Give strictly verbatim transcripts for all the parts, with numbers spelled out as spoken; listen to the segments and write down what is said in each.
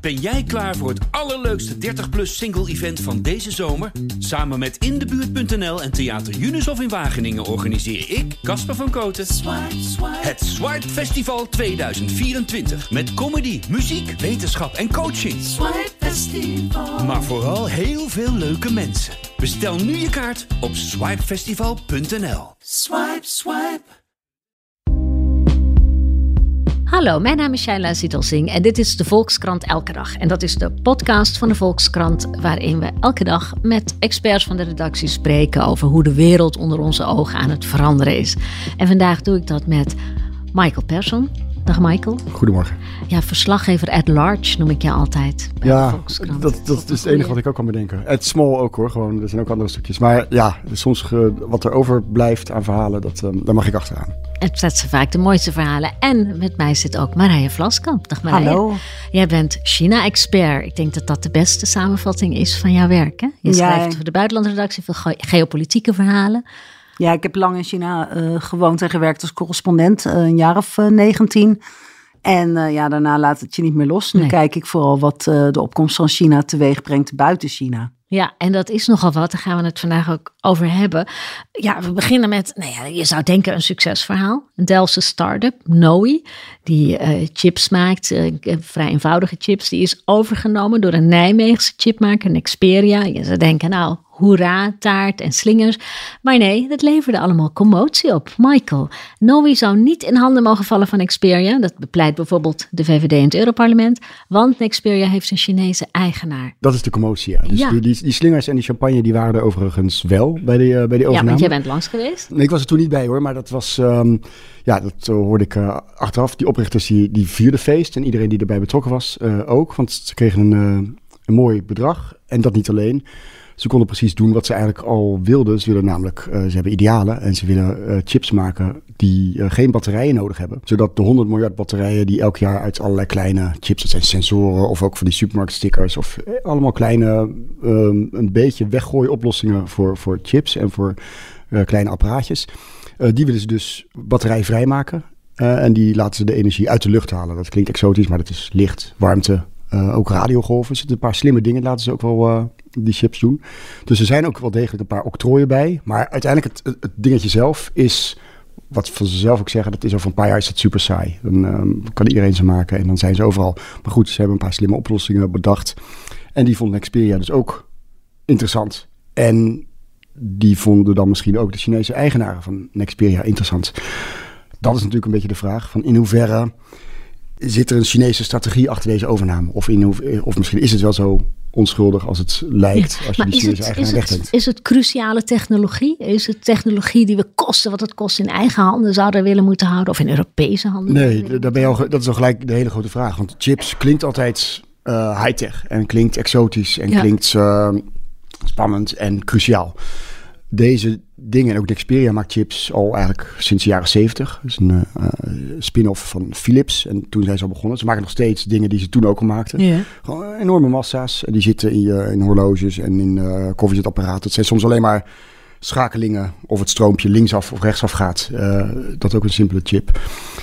Ben jij klaar voor het allerleukste dertig plus single event van deze zomer? Samen met In de Buurt punt n l en Theater Junushof in Wageningen organiseer ik, Casper van Kooten, Swipe, Swipe. Het Swipe Festival tweeduizend vierentwintig. Met comedy, muziek, wetenschap en coaching. Swipe Festival. Maar vooral heel veel leuke mensen. Bestel nu je kaart op swipe festival punt n l. Swipe, swipe. Hallo, mijn naam is Shaila Zietelsing en dit is de Volkskrant Elke Dag. En dat is de podcast van de Volkskrant waarin we elke dag met experts van de redactie spreken over hoe de wereld onder onze ogen aan het veranderen is. En vandaag doe ik dat met Michael Persson. Dag Michael. Goedemorgen. Ja, verslaggever at large noem ik je altijd bij ja, de Volkskrant. dat, dat is het enige wat ik ook kan bedenken. At small ook hoor, gewoon. Er zijn ook andere stukjes. Maar ja, soms uh, wat er overblijft aan verhalen, dat, uh, daar mag ik achteraan. Het zijn vaak de mooiste verhalen. En met mij zit ook Marije Vlaskamp. Dag Marije. Hallo. Jij bent China-expert. Ik denk dat dat de beste samenvatting is van jouw werk. Hè? Je schrijft ja. voor de buitenlandredactie veel ge- geopolitieke verhalen. Ja, ik heb lang in China uh, gewoond en gewerkt als correspondent. Uh, een jaar of uh, negentien. En uh, ja, daarna laat het je niet meer los. Nu Nee. kijk ik vooral wat uh, de opkomst van China teweeg brengt buiten China. Ja, en dat is nogal wat. Daar gaan we het vandaag ook over hebben. Ja, we beginnen met, nou ja, je zou denken een succesverhaal. Een Delftse start-up, Noe, die uh, chips maakt, uh, vrij eenvoudige chips. Die is overgenomen door een Nijmeegse chipmaker, Nexperia. Je zou denken, nou, hoera, taart en slingers. Maar nee, dat leverde allemaal commotie op. Michael, Noe zou niet in handen mogen vallen van Nexperia. Dat bepleit bijvoorbeeld de V V D in het Europarlement. Want Nexperia heeft een Chinese eigenaar. Dat is de commotie, ja. Dus Ja. Die, die, die slingers en die champagne, die waren er overigens wel bij de, uh, bij de Ja, overname. want jij bent langs geweest. Nee, ik was er toen niet bij hoor, maar dat was, um, ja, dat uh, hoorde ik uh, achteraf. Die oprichters, die, die vierden feest en iedereen die erbij betrokken was uh, ook. Want ze kregen een, uh, een mooi bedrag en dat niet alleen. Ze konden precies doen wat ze eigenlijk al wilden. Ze willen namelijk, uh, ze hebben idealen en ze willen uh, chips maken die uh, geen batterijen nodig hebben. Zodat de honderd miljard batterijen die elk jaar uit allerlei kleine chips, dat zijn sensoren of ook van die supermarktstickers of eh, allemaal kleine, um, een beetje weggooien oplossingen voor, voor chips en voor uh, kleine apparaatjes. Uh, die willen ze dus batterijvrij maken uh, en die laten ze de energie uit de lucht halen. Dat klinkt exotisch, maar dat is licht, warmte, uh, ook radiogolven. Er zitten een paar slimme dingen, laten ze ook wel uh, die chips doen. Dus er zijn ook wel degelijk een paar octrooien bij. Maar uiteindelijk het, het dingetje zelf is, wat van ze zelf ook zeggen, dat is over een paar jaar is het super saai. Dan um, kan iedereen ze maken en dan zijn ze overal. Maar goed, ze hebben een paar slimme oplossingen bedacht. En die vond Nexperia dus ook interessant. En die vonden dan misschien ook de Chinese eigenaren van Nexperia interessant. Dat is natuurlijk een beetje de vraag van in hoeverre zit er een Chinese strategie achter deze overname? Of, in hoever, of misschien is het wel zo onschuldig als het lijkt, ja, als je die Chinese eigenaar wegdenkt. Is het cruciale technologie? Is het technologie die we kosten wat het kost in eigen handen zouden willen moeten houden? Of in Europese handen? Nee, daar ben je al, dat is al gelijk de hele grote vraag. Want chips klinkt altijd uh, high-tech en klinkt exotisch en ja. klinkt uh, spannend en cruciaal. Deze dingen, en ook Nexperia maakt chips al eigenlijk sinds de jaren zeventig. Dat is een uh, spin-off van Philips. En toen zijn ze al begonnen. Ze maken nog steeds dingen die ze toen ook al maakten. Ja. Gewoon enorme massa's. En die zitten in, uh, in horloges en in uh, koffiezetapparaten. Het zijn soms alleen maar schakelingen of het stroompje linksaf of rechtsaf gaat. Uh, dat is ook een simpele chip.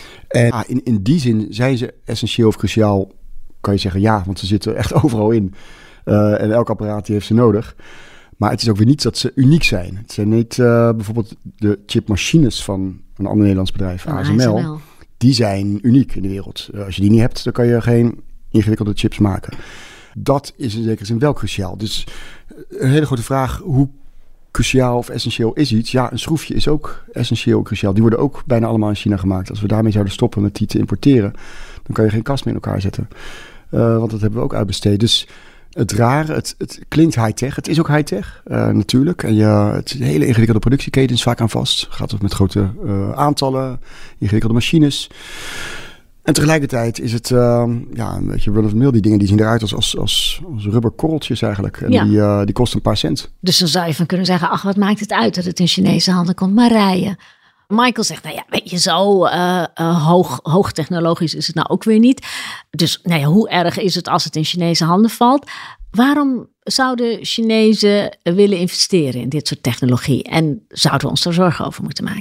En ah, in, in die zin zijn ze essentieel of cruciaal, kan je zeggen ja, want ze zitten echt overal in. Uh, en elk apparaat die heeft ze nodig. Maar het is ook weer niet dat ze uniek zijn. Het zijn niet uh, bijvoorbeeld de chipmachines van een ander Nederlands bedrijf, A S M L. Die zijn uniek in de wereld. Uh, als je die niet hebt, dan kan je geen ingewikkelde chips maken. Dat is in zekere zin wel cruciaal. Dus een hele grote vraag, hoe cruciaal of essentieel is iets? Ja, een schroefje is ook essentieel cruciaal. Die worden ook bijna allemaal in China gemaakt. Als we daarmee zouden stoppen met die te importeren, dan kan je geen kast meer in elkaar zetten. Uh, want dat hebben we ook uitbesteed. Dus het rare, het, het klinkt high-tech. Het is ook high-tech, uh, natuurlijk. En je, het is een hele ingewikkelde productieketens vaak aan vast. Het gaat ook met grote uh, aantallen, ingewikkelde machines. En tegelijkertijd is het uh, ja, een beetje run-of-the-mill. Die dingen die zien eruit als, als, als, als rubberkorreltjes eigenlijk. En ja. die, uh, die kosten een paar cent. Dus dan zou je van kunnen zeggen, ach, wat maakt het uit dat het in Chinese handen komt? Maar rijden. Michael zegt, nou ja, weet je, zo uh, uh, hoog, hoogtechnologisch is het nou ook weer niet. Dus nou ja, hoe erg is het als het in Chinese handen valt? Waarom zouden Chinezen willen investeren in dit soort technologie? En zouden we ons daar zorgen over moeten maken?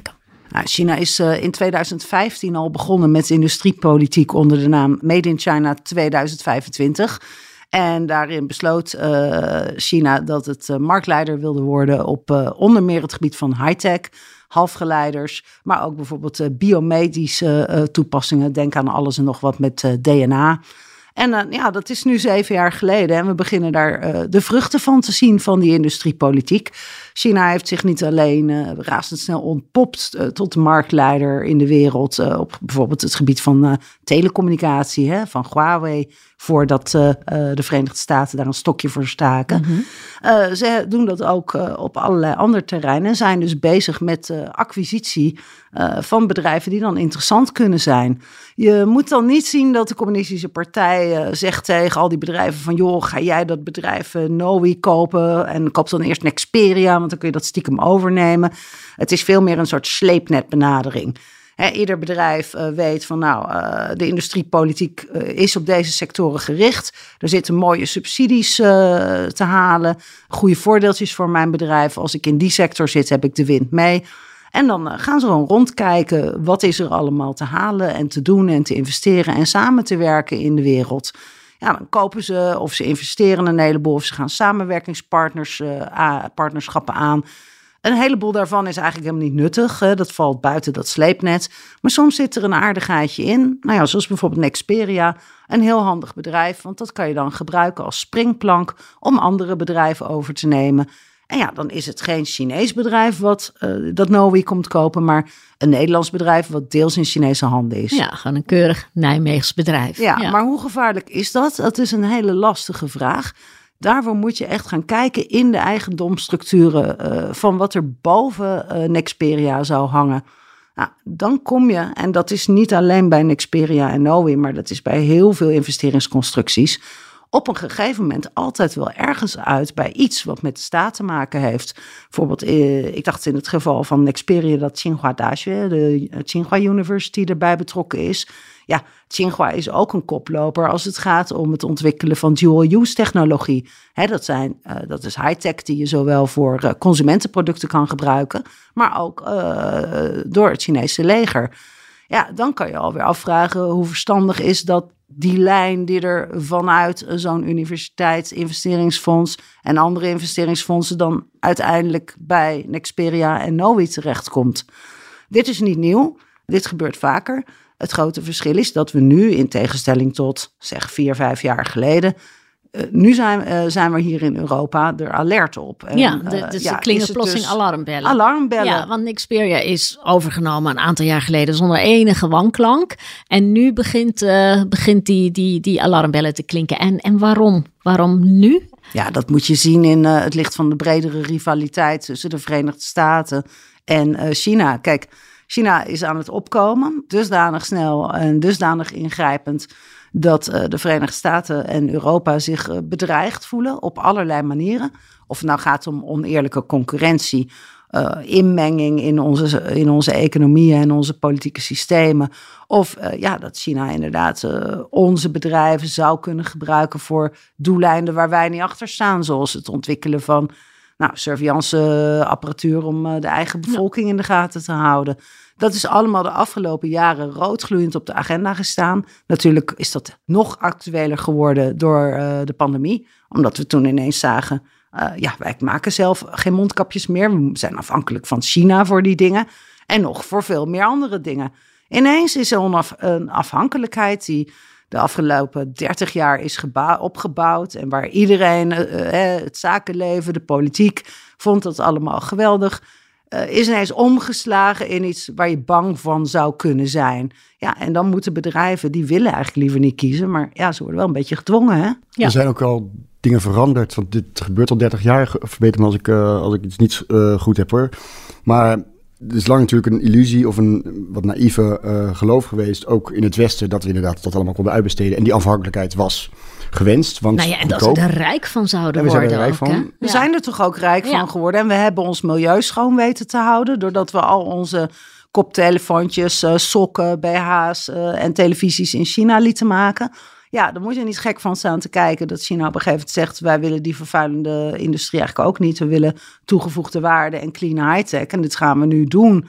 Nou, China is uh, in tweeduizend vijftien al begonnen met industriepolitiek onder de naam Made in China tweeduizend vijfentwintig. En daarin besloot uh, China dat het uh, marktleider wilde worden op uh, onder meer het gebied van high-tech, halfgeleiders, maar ook bijvoorbeeld uh, biomedische uh, toepassingen. Denk aan alles en nog wat met uh, D N A. En uh, ja, dat is nu zeven jaar geleden en we beginnen daar uh, de vruchten van te zien van die industriepolitiek. China heeft zich niet alleen uh, razendsnel ontpopt uh, tot de marktleider in de wereld uh, op bijvoorbeeld het gebied van uh, telecommunicatie, hè, van Huawei, voordat uh, uh, de Verenigde Staten daar een stokje voor staken. Mm-hmm. Uh, ze doen dat ook uh, op allerlei andere terreinen en zijn dus bezig met uh, acquisitie uh, van bedrijven die dan interessant kunnen zijn. Je moet dan niet zien dat de communistische partij uh, zegt tegen al die bedrijven van joh, ga jij dat bedrijf uh, Nowi kopen en koop dan eerst Nexperia, want dan kun je dat stiekem overnemen. Het is veel meer een soort sleepnetbenadering. He, ieder bedrijf uh, weet van nou, uh, de industriepolitiek uh, is op deze sectoren gericht. Er zitten mooie subsidies uh, te halen, goede voordeeltjes voor mijn bedrijf. Als ik in die sector zit, heb ik de wind mee. En dan uh, gaan ze gewoon rondkijken, wat is er allemaal te halen en te doen en te investeren en samen te werken in de wereld. Ja, dan kopen ze of ze investeren een heleboel of ze gaan samenwerkingspartners, uh, a, partnerschappen aan. Een heleboel daarvan is eigenlijk helemaal niet nuttig. Hè? Dat valt buiten dat sleepnet. Maar soms zit er een aardigheidje in. Nou ja, zoals bijvoorbeeld Nexperia. Een heel handig bedrijf. Want dat kan je dan gebruiken als springplank om andere bedrijven over te nemen. En ja, dan is het geen Chinees bedrijf wat uh, dat Nowi komt kopen. Maar een Nederlands bedrijf wat deels in Chinese handen is. Ja, gewoon een keurig Nijmeegs bedrijf. Ja, ja, maar hoe gevaarlijk is dat? Dat is een hele lastige vraag. Daarvoor moet je echt gaan kijken in de eigendomsstructuren uh, van wat er boven uh, Nexperia zou hangen. Nou, dan kom je, en dat is niet alleen bij Nexperia en Nowi, maar dat is bij heel veel investeringsconstructies, op een gegeven moment altijd wel ergens uit bij iets wat met de staat te maken heeft. Bijvoorbeeld, uh, ik dacht in het geval van Nexperia dat Tsinghua Daxue, de Tsinghua University, erbij betrokken is. Ja, Tsinghua is ook een koploper als het gaat om het ontwikkelen van dual-use technologie. He, dat, zijn, uh, dat is high-tech die je zowel voor uh, consumentenproducten kan gebruiken, maar ook uh, door het Chinese leger. Ja, dan kan je alweer afvragen hoe verstandig is dat die lijn die er vanuit zo'n universiteitsinvesteringsfonds en andere investeringsfondsen dan uiteindelijk bij Nexperia en Nowi terechtkomt. Dit is niet nieuw, dit gebeurt vaker. Het grote verschil is dat we nu, in tegenstelling tot zeg vier, vijf jaar geleden, uh, nu zijn, uh, zijn we hier in Europa er alert op. En, ja, de, dus uh, ja, klingen plotseling dus alarmbellen. Alarmbellen. Ja, want Nexperia is overgenomen een aantal jaar geleden zonder enige wanklank. En nu begint, uh, begint die, die, die alarmbellen te klinken. En, en waarom? Waarom nu? Ja, dat moet je zien in uh, het licht van de bredere rivaliteit tussen de Verenigde Staten en uh, China. Kijk, China is aan het opkomen, dusdanig snel en dusdanig ingrijpend dat uh, de Verenigde Staten en Europa zich uh, bedreigd voelen op allerlei manieren. Of het nou gaat om oneerlijke concurrentie, uh, inmenging in onze, in onze economieën en onze politieke systemen. Of uh, ja, dat China inderdaad uh, onze bedrijven zou kunnen gebruiken voor doeleinden waar wij niet achter staan. Zoals het ontwikkelen van nou, surveillanceapparatuur om uh, de eigen bevolking ja. in de gaten te houden. Dat is allemaal de afgelopen jaren roodgloeiend op de agenda gestaan. Natuurlijk is dat nog actueler geworden door uh, de pandemie. Omdat we toen ineens zagen, uh, ja, wij maken zelf geen mondkapjes meer. We zijn afhankelijk van China voor die dingen. En nog voor veel meer andere dingen. Ineens is er onaf, een afhankelijkheid die de afgelopen dertig jaar is gebouw, opgebouwd. En waar iedereen, uh, uh, het zakenleven, de politiek, vond dat allemaal geweldig. Uh, is ineens omgeslagen in iets waar je bang van zou kunnen zijn. Ja, en dan moeten bedrijven, die willen eigenlijk liever niet kiezen. Maar ja, ze worden wel een beetje gedwongen, hè? Ja. Er zijn ook al dingen veranderd. Want dit gebeurt al dertig jaar. Verbeter me als ik, uh, als ik iets niet uh, goed heb, hoor. Maar het is lang natuurlijk een illusie of een wat naïeve uh, geloof geweest. Ook in het Westen, dat we inderdaad dat allemaal konden uitbesteden. En die afhankelijkheid was gewenst. Want nou ja, en dat we er rijk van zouden we worden. Zijn er rijk ook, van. Hè? We ja. zijn er toch ook rijk ja. van geworden. En we hebben ons milieu schoon weten te houden. Doordat we al onze koptelefoontjes, uh, sokken, B H's uh, en televisies in China lieten maken. Ja, dan moet je niet gek van staan te kijken dat China op een gegeven moment zegt, wij willen die vervuilende industrie eigenlijk ook niet. We willen toegevoegde waarde en clean high-tech. En dit gaan we nu doen.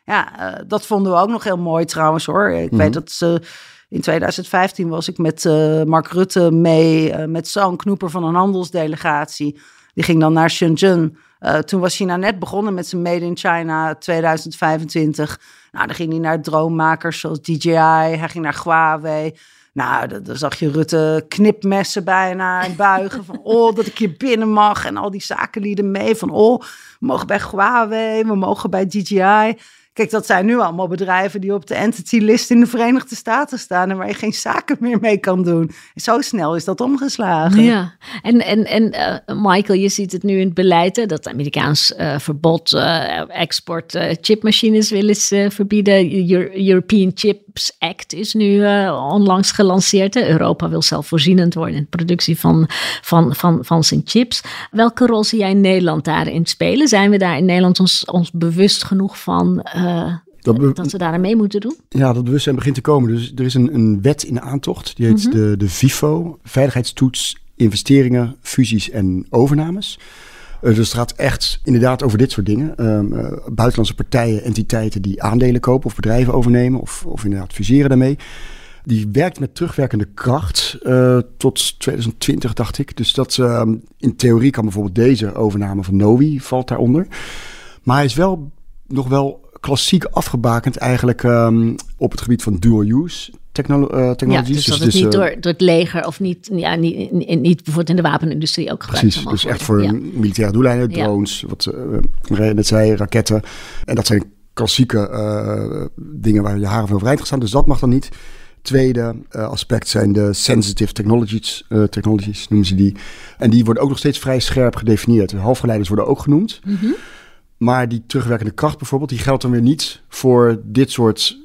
Ja, uh, dat vonden we ook nog heel mooi trouwens hoor. Ik mm-hmm. weet dat ze... In twintig vijftien was ik met uh, Mark Rutte mee, uh, met zo'n knoeper van een handelsdelegatie. Die ging dan naar Shenzhen. Uh, toen was China net begonnen met zijn Made in China twintig vijfentwintig. Nou, dan ging hij naar droommakers zoals D J I. Hij ging naar Huawei. Nou, dan, dan zag je Rutte knipmessen bijna en buigen van... oh, dat ik hier binnen mag. En al die zakenlieden mee van... oh, we mogen bij Huawei, we mogen bij D J I... Kijk, dat zijn nu allemaal bedrijven die op de entity-list in de Verenigde Staten staan en waar je geen zaken meer mee kan doen. Zo snel is dat omgeslagen. Ja, en, en, en uh, Michael, je ziet het nu in het beleid, hè, dat Amerikaans uh, verbod uh, export uh, chipmachines willen uh, verbieden. Euro- European Chips Act is nu uh, onlangs gelanceerd. Hè. Europa wil zelfvoorzienend worden in de productie van, van, van, van zijn chips. Welke rol zie jij in Nederland daarin spelen? Zijn we daar in Nederland ons, ons bewust genoeg van... Uh, Uh, dat, be- dat we daar aan mee moeten doen? Ja, dat bewustzijn begint te komen. Dus er is een, een wet in de aantocht. Die heet mm-hmm. de, de VIFO. Veiligheidstoets, investeringen, fusies en overnames. Uh, dus het gaat echt inderdaad over dit soort dingen. Um, uh, buitenlandse partijen, entiteiten die aandelen kopen of bedrijven overnemen. Of, of inderdaad fuseren daarmee. Die werkt met terugwerkende kracht uh, tot twintig twintig, dacht ik. Dus dat uh, in theorie kan bijvoorbeeld deze overname van Nowi valt daaronder. Maar hij is wel nog wel... klassiek afgebakend eigenlijk um, op het gebied van dual-use technolo- uh, technologies. Ja, dus dat dus, het niet uh, door, door het leger of niet, ja, niet, niet, niet bijvoorbeeld in de wapenindustrie ook gebruikt precies, dus echt voor ja. militaire doeleinden, drones, ja. wat uh, net zei, raketten. En dat zijn klassieke uh, dingen waar je haren van overeind gestaan. Dus dat mag dan niet. Tweede uh, aspect zijn de sensitive technologies, uh, technologies noemen ze die. En die worden ook nog steeds vrij scherp gedefinieerd. De halfgeleiders worden ook genoemd. Mm-hmm. Maar die terugwerkende kracht bijvoorbeeld, die geldt dan weer niet voor dit soort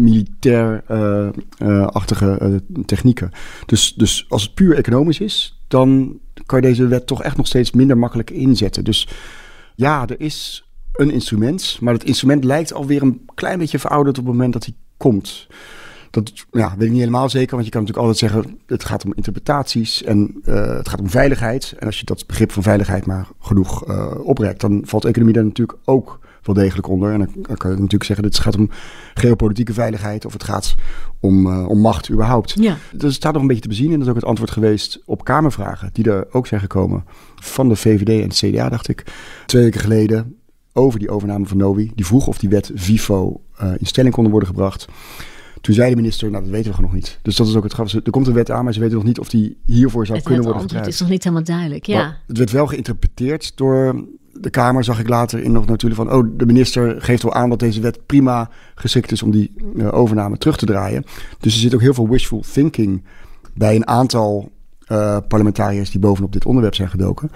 militair-achtige uh, uh, uh, technieken. Dus, dus als het puur economisch is, dan kan je deze wet toch echt nog steeds minder makkelijk inzetten. Dus ja, er is een instrument, maar dat instrument lijkt alweer een klein beetje verouderd op het moment dat hij komt. Dat ja, weet ik niet helemaal zeker, want je kan natuurlijk altijd zeggen... het gaat om interpretaties en uh, het gaat om veiligheid. En als je dat begrip van veiligheid maar genoeg uh, oprekt... dan valt economie daar natuurlijk ook wel degelijk onder. En dan, dan kan je natuurlijk zeggen... het gaat om geopolitieke veiligheid... of het gaat om, uh, om macht überhaupt. Ja. Dus het staat nog een beetje te bezien... en dat is ook het antwoord geweest op Kamervragen... die er ook zijn gekomen van de V V D en het C D A, dacht ik... twee weken geleden over die overname van Nowi. Die vroeg of die wet VIFO uh, in stelling konden worden gebracht... Toen zei de minister, nou dat weten we gewoon nog niet. Dus dat is ook het grappige. Er komt een wet aan, maar ze weten nog niet of die hiervoor zou het kunnen worden gebruikt. Het is nog niet helemaal duidelijk, ja. Maar het werd wel geïnterpreteerd door de Kamer, zag ik later in nog natuurlijk van... oh, de minister geeft wel aan dat deze wet prima geschikt is om die uh, overname terug te draaien. Dus er zit ook heel veel wishful thinking bij een aantal uh, parlementariërs die bovenop dit onderwerp zijn gedoken.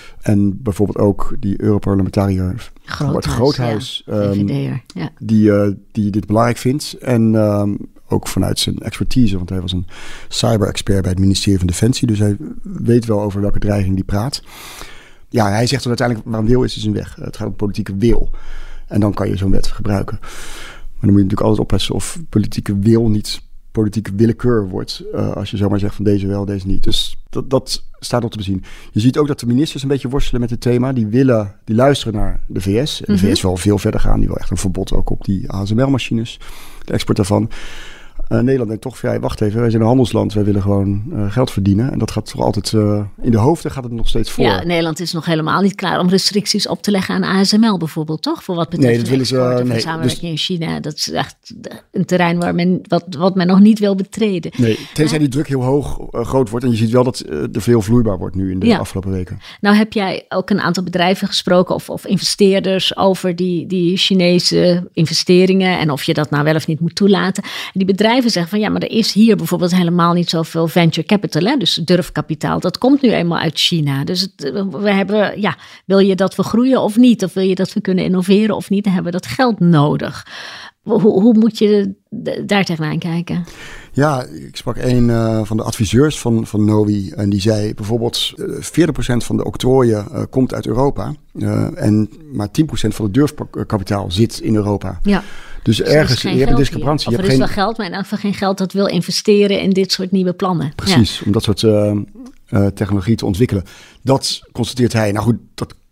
En bijvoorbeeld ook die Europarlementariër Groothuis, het Groothuis, ja, um, ja. die, uh, die dit belangrijk vindt. En um, ook vanuit zijn expertise, want hij was een cyber-expert bij het ministerie van Defensie. Dus hij weet wel over welke dreiging die praat. Ja, hij zegt dan uiteindelijk, waar een wil is, is een weg. Het gaat om politieke wil. En dan kan je zo'n wet gebruiken. Maar dan moet je natuurlijk altijd oppassen of politieke wil niet politieke willekeur wordt. Uh, als je zomaar zegt van deze wel, deze niet. Dus dat, dat staat op te bezien. Je ziet ook dat de ministers een beetje worstelen met het thema. Die willen, die luisteren naar de V S. En de mm-hmm. V S wil veel verder gaan. Die wil echt een verbod ook op die A S M L-machines. De export daarvan. Uh, Nederland denkt toch, ja, wacht even, wij zijn een handelsland, wij willen gewoon uh, geld verdienen. En dat gaat toch altijd, uh, in de hoofden gaat het nog steeds voor. Ja, Nederland is nog helemaal niet klaar om restricties op te leggen aan A S M L bijvoorbeeld, toch? Voor wat betreft nee, dat willen ze, uh, nee, samenwerking dus, in China. Dat is echt een terrein waar men, wat, wat men nog niet wil betreden. Nee, tenzij ja. die druk heel hoog uh, groot wordt. En je ziet wel dat uh, er veel vloeibaar wordt nu in de ja. afgelopen weken. Nou heb jij ook een aantal bedrijven gesproken of, of investeerders over die, die Chinese investeringen en of je dat nou wel of niet moet toelaten. En die bedrijven zeggen van ja, maar er is hier bijvoorbeeld helemaal niet zoveel venture capital, hè? Dus durfkapitaal. Dat komt nu eenmaal uit China. Dus het, we hebben, ja, wil je dat we groeien of niet? Of wil je dat we kunnen innoveren of niet? Dan hebben we dat geld nodig. Hoe, hoe moet je daar tegenaan kijken? Ja, ik sprak een uh, van de adviseurs van, van Nowi en die zei bijvoorbeeld uh, veertig procent van de octrooien uh, komt uit Europa uh, en maar tien procent van het durfkapitaal zit in Europa. Ja. Dus, dus ergens, je hebt een discrepantie. Of er is geen... wel geld, maar in elk geval geen geld dat wil investeren in dit soort nieuwe plannen. Precies, ja. om dat soort uh, uh, technologie te ontwikkelen. Dat constateert hij. Nou goed, dat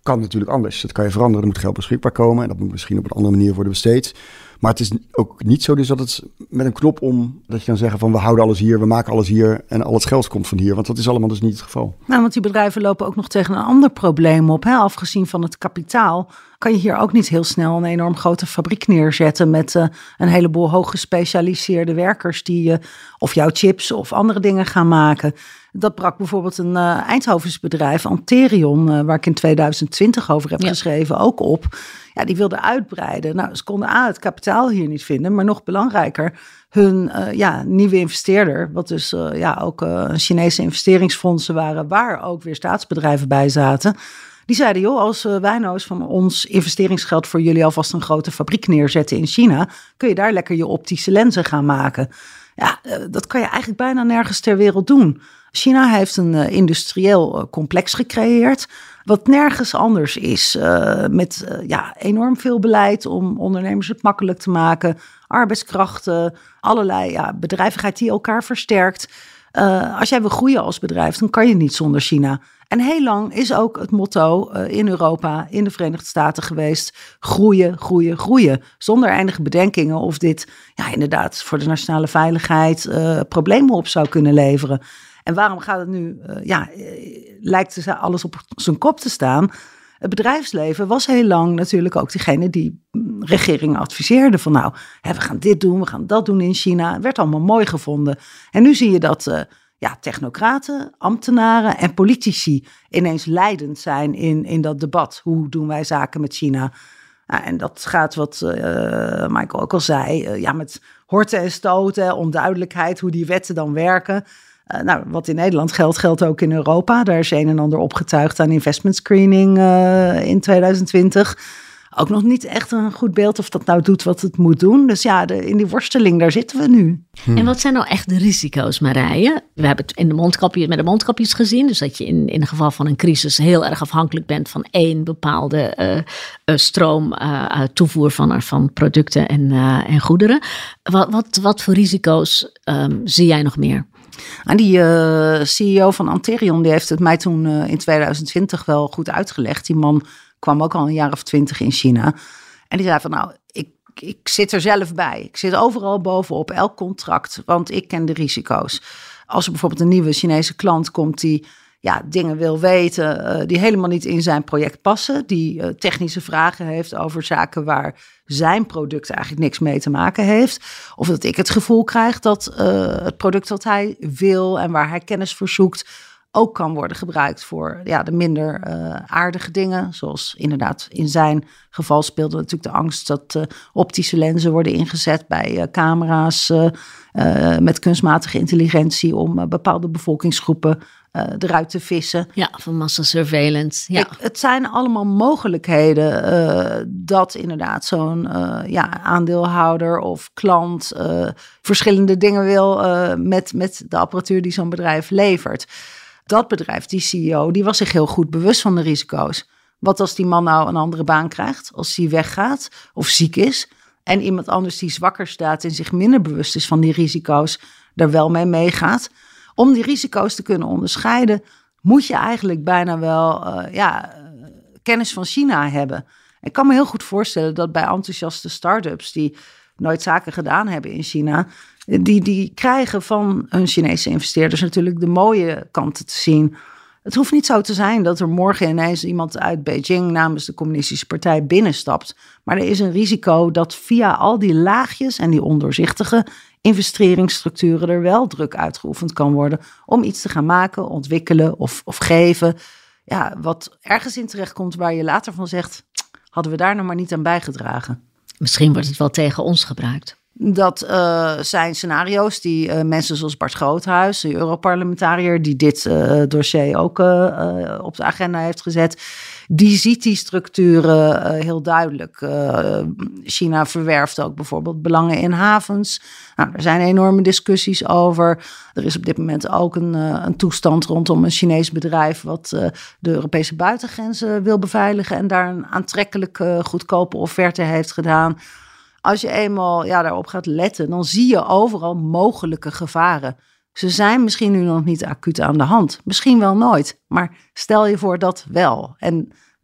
kan natuurlijk anders. Dat kan je veranderen. Er moet geld beschikbaar komen. En dat moet misschien op een andere manier worden besteed. Maar het is ook niet zo dus dat het met een knop om... dat je kan zeggen van we houden alles hier, we maken alles hier... en al het geld komt van hier. Want dat is allemaal dus niet het geval. Nou, want die bedrijven lopen ook nog tegen een ander probleem op. Hè? Afgezien van het kapitaal kan je hier ook niet heel snel een enorm grote fabriek neerzetten... met uh, een heleboel hooggespecialiseerde werkers... die uh, of jouw chips of andere dingen gaan maken... Dat brak bijvoorbeeld een uh, Eindhovens bedrijf, Anterion, uh, waar ik in tweeduizend twintig over heb ja. geschreven, ook op. Ja, die wilden uitbreiden. Nou, ze konden A, het kapitaal hier niet vinden, maar nog belangrijker, hun uh, ja, nieuwe investeerder, wat dus uh, ja, ook uh, Chinese investeringsfondsen waren, waar ook weer staatsbedrijven bij zaten. Die zeiden, joh, als uh, wij nou eens van ons investeringsgeld voor jullie alvast een grote fabriek neerzetten in China, kun je daar lekker je optische lenzen gaan maken. Ja, uh, dat kan je eigenlijk bijna nergens ter wereld doen. China heeft een uh, industrieel uh, complex gecreëerd, wat nergens anders is. Uh, met uh, ja, enorm veel beleid om ondernemers het makkelijk te maken. Arbeidskrachten, allerlei ja, bedrijvigheid die elkaar versterkt. Uh, als jij wil groeien als bedrijf, dan kan je niet zonder China. En heel lang is ook het motto uh, in Europa, in de Verenigde Staten geweest: groeien, groeien, groeien. Zonder enige bedenkingen of dit ja, inderdaad voor de nationale veiligheid uh, problemen op zou kunnen leveren. En waarom gaat het nu, uh, ja, lijkt alles op zijn kop te staan? Het bedrijfsleven was heel lang natuurlijk ook degene die regeringen adviseerde van nou, hè, we gaan dit doen, we gaan dat doen in China. Het werd allemaal mooi gevonden. En nu zie je dat uh, ja, technocraten, ambtenaren en politici ineens leidend zijn in, in dat debat. Hoe doen wij zaken met China? Nou, en dat gaat wat uh, Michael ook al zei, uh, ja, met horten en stoten, onduidelijkheid hoe die wetten dan werken. Uh, nou, wat in Nederland geldt, geldt ook in Europa. Daar is een en ander opgetuigd aan investment screening uh, in tweeduizend twintig. Ook nog niet echt een goed beeld of dat nou doet wat het moet doen. Dus ja, de, in die worsteling, daar zitten we nu. Hmm. En wat zijn nou echt de risico's, Marije? We hebben het in de mondkapjes, met de mondkapjes gezien. Dus dat je in, in het geval van een crisis heel erg afhankelijk bent van één bepaalde uh, uh, stroom uh, toevoer van, van producten en, uh, en goederen. Wat, wat, wat voor risico's um, zie jij nog meer? En die uh, C E O van Anterion, die heeft het mij toen uh, in tweeduizend twintig wel goed uitgelegd. Die man kwam ook al een jaar of twintig in China. En die zei van nou, ik, ik zit er zelf bij. Ik zit overal bovenop, elk contract, want ik ken de risico's. Als er bijvoorbeeld een nieuwe Chinese klant komt die ja, dingen wil weten, uh, die helemaal niet in zijn project passen, die uh, technische vragen heeft over zaken waar zijn product eigenlijk niks mee te maken heeft. Of dat ik het gevoel krijg dat uh, het product dat hij wil en waar hij kennis voor zoekt ook kan worden gebruikt voor ja, de minder uh, aardige dingen. Zoals inderdaad in zijn geval speelde natuurlijk de angst dat uh, optische lenzen worden ingezet bij uh, camera's uh, uh, met kunstmatige intelligentie om uh, bepaalde bevolkingsgroepen uh, eruit te vissen. Ja, van massa surveillance. Ja. Kijk, het zijn allemaal mogelijkheden uh, dat inderdaad zo'n uh, ja, aandeelhouder of klant uh, verschillende dingen wil uh, met, met de apparatuur die zo'n bedrijf levert. Dat bedrijf, die C E O, die was zich heel goed bewust van de risico's. Wat als die man nou een andere baan krijgt, als hij weggaat of ziek is en iemand anders die zwakker staat en zich minder bewust is van die risico's, daar wel mee meegaat. Om die risico's te kunnen onderscheiden, moet je eigenlijk bijna wel uh, ja, kennis van China hebben. Ik kan me heel goed voorstellen dat bij enthousiaste start-ups die nooit zaken gedaan hebben in China, Die, die krijgen van hun Chinese investeerders natuurlijk de mooie kanten te zien. Het hoeft niet zo te zijn dat er morgen ineens iemand uit Beijing namens de Communistische Partij binnenstapt. Maar er is een risico dat via al die laagjes en die ondoorzichtige investeringsstructuren er wel druk uitgeoefend kan worden om iets te gaan maken, ontwikkelen of, of geven. Ja, wat ergens in terecht komt waar je later van zegt, hadden we daar nou maar niet aan bijgedragen. Misschien wordt het wel tegen ons gebruikt. Dat uh, zijn scenario's die uh, mensen zoals Bart Groothuis, de Europarlementariër, die dit uh, dossier ook uh, uh, op de agenda heeft gezet, die ziet die structuren uh, heel duidelijk. Uh, China verwerft ook bijvoorbeeld belangen in havens. Nou, er zijn enorme discussies over. Er is op dit moment ook een, uh, een toestand rondom een Chinees bedrijf wat uh, de Europese buitengrenzen wil beveiligen en daar een aantrekkelijke, goedkope offerte heeft gedaan. Als je eenmaal ja, daarop gaat letten, dan zie je overal mogelijke gevaren. Ze zijn misschien nu nog niet acuut aan de hand. Misschien wel nooit. Maar stel je voor dat wel. En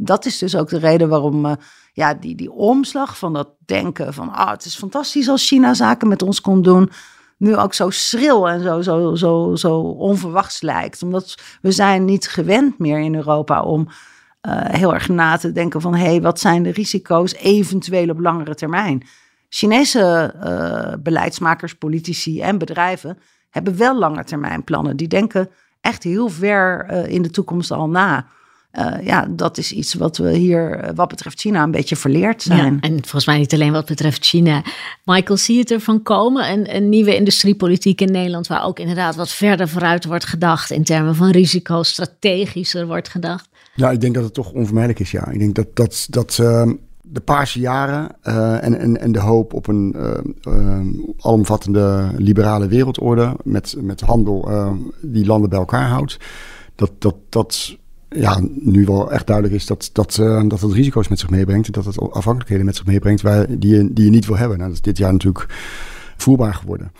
dat is dus ook de reden waarom uh, ja, die, die omslag van dat denken van ah, het is fantastisch als China zaken met ons kon doen, nu ook zo schril en zo, zo, zo, zo onverwachts lijkt. Omdat we zijn niet gewend meer in Europa om uh, heel erg na te denken van hé, hey, wat zijn de risico's eventueel op langere termijn? Chinese uh, beleidsmakers, politici en bedrijven hebben wel lange termijn plannen. Die denken echt heel ver uh, in de toekomst al na. Uh, ja, dat is iets wat we hier, uh, wat betreft China, een beetje verleerd zijn. Ja, en volgens mij niet alleen wat betreft China. Michael, zie je het ervan komen? Een, een nieuwe industriepolitiek in Nederland, waar ook inderdaad wat verder vooruit wordt gedacht in termen van risico's, strategischer wordt gedacht? Ja, ik denk dat het toch onvermijdelijk is, ja. Ik denk dat, dat, dat uh, de paarse jaren uh, en, en, en de hoop op een uh, uh, alomvattende liberale wereldorde met, met handel uh, die landen bij elkaar houdt, dat dat... dat ja, nu wel echt duidelijk is dat, dat, uh, dat het risico's met zich meebrengt. En dat het afhankelijkheden met zich meebrengt waar, die, je, die je niet wil hebben. Nou, dat is dit jaar natuurlijk voelbaar geworden.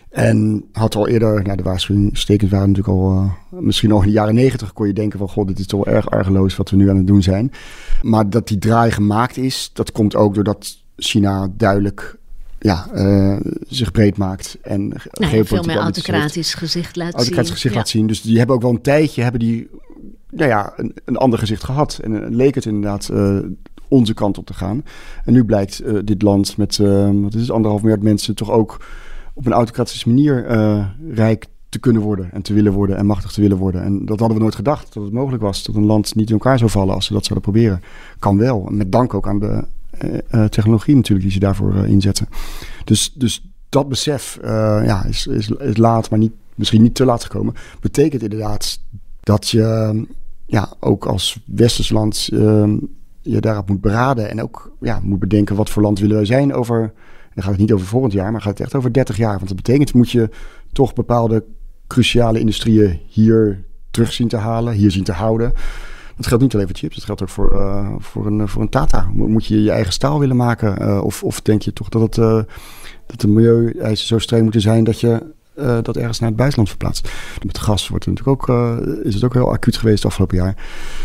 En had al eerder, nou, de waarschuwingsstekens waren natuurlijk al, uh, misschien al in de jaren negentig kon je denken van, god, dit is toch wel erg argeloos wat we nu aan het doen zijn. Maar dat die draai gemaakt is, dat komt ook doordat China duidelijk ja, uh, zich breed maakt. En nou, veel meer autocratisch gezicht laat zien. Autocratisch gezicht ja. laat zien. Dus die hebben ook wel een tijdje, hebben die... Nou ja, een, een ander gezicht gehad. En uh, leek het inderdaad uh, onze kant op te gaan. En nu blijkt uh, dit land met uh, wat is het, anderhalf miljard mensen toch ook op een autocratische manier uh, rijk te kunnen worden en te willen worden en machtig te willen worden. En dat hadden we nooit gedacht, dat het mogelijk was dat een land niet in elkaar zou vallen als ze dat zouden proberen. Kan wel. Met dank ook aan de uh, uh, technologie natuurlijk die ze daarvoor uh, inzetten. Dus, dus dat besef uh, ja, is, is, is laat, maar niet, misschien niet te laat gekomen. Betekent inderdaad dat je ja, ook als westers land uh, je daarop moet beraden en ook ja, moet bedenken wat voor land willen wij zijn over, en dan gaat het niet over volgend jaar, maar gaat het echt over dertig jaar. Want dat betekent, moet je toch bepaalde cruciale industrieën hier terug zien te halen, hier zien te houden. Dat geldt niet alleen voor chips, dat geldt ook voor, uh, voor, een, voor een Tata. Moet je je eigen staal willen maken? Uh, of, of denk je toch dat, het, uh, dat de milieueisen zo streng moeten zijn dat je Uh, dat ergens naar het buitenland verplaatst. Met gas wordt het natuurlijk ook, uh, is het ook heel acuut geweest het afgelopen jaar.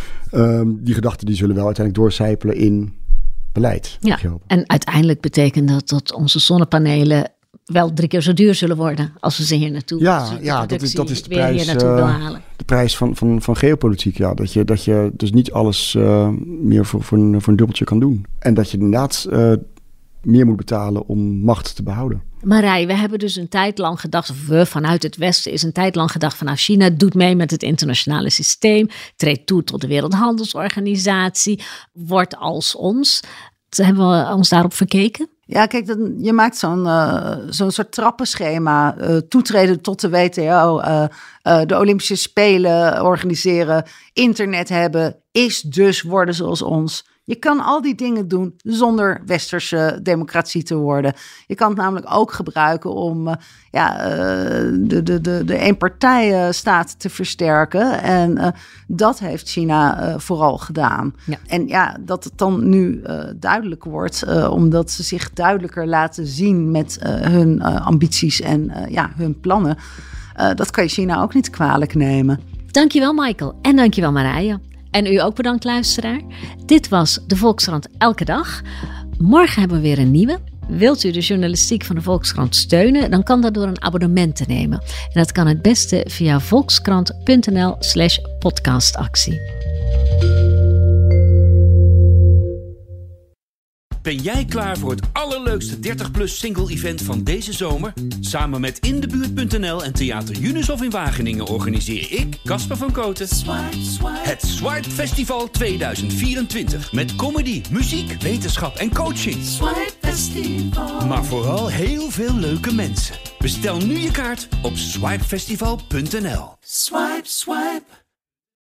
Um, die gedachten die zullen wel uiteindelijk doorcijpelen in beleid. Ja, en uiteindelijk betekent dat dat onze zonnepanelen wel drie keer zo duur zullen worden als we ze hier naartoe ja, ja, dat is, dat is de prijs, uh, de prijs van, van, van geopolitiek. Ja, dat je, dat je dus niet alles uh, meer voor, voor, een, voor een dubbeltje kan doen. En dat je inderdaad uh, meer moet betalen om macht te behouden. Marij, we hebben dus een tijd lang gedacht, of we vanuit het Westen is een tijd lang gedacht van nou, China doet mee met het internationale systeem, treedt toe tot de Wereldhandelsorganisatie, wordt als ons. Hebben we ons daarop verkeken? Ja, kijk, dan, je maakt zo'n, uh, zo'n soort trappenschema. Uh, toetreden tot de W T O, uh, uh, de Olympische Spelen organiseren, internet hebben, is dus worden zoals ons. Je kan al die dingen doen zonder westerse democratie te worden. Je kan het namelijk ook gebruiken om uh, ja, uh, de, de, de, de eenpartijenstaat te versterken. En uh, dat heeft China uh, vooral gedaan. Ja. En ja, dat het dan nu uh, duidelijk wordt, uh, omdat ze zich duidelijker laten zien met uh, hun uh, ambities en uh, ja, hun plannen. Uh, dat kan je China ook niet kwalijk nemen. Dankjewel Michael en dankjewel Marije. En u ook bedankt, luisteraar. Dit was de Volkskrant Elke Dag. Morgen hebben we weer een nieuwe. Wilt u de journalistiek van de Volkskrant steunen? Dan kan dat door een abonnement te nemen. En dat kan het beste via volkskrant.nl slash podcastactie. Ben jij klaar voor het allerleukste dertig plus single event van deze zomer? Samen met Indebuurt punt n l en Theater Junushof in Wageningen organiseer ik, Casper van Koten, Swipe, Swipe. Het Swipe Festival tweeduizend vierentwintig. Met comedy, muziek, wetenschap en coaching. Swipe Festival. Maar vooral heel veel leuke mensen. Bestel nu je kaart op swipe festival punt n l. Swipe, swipe.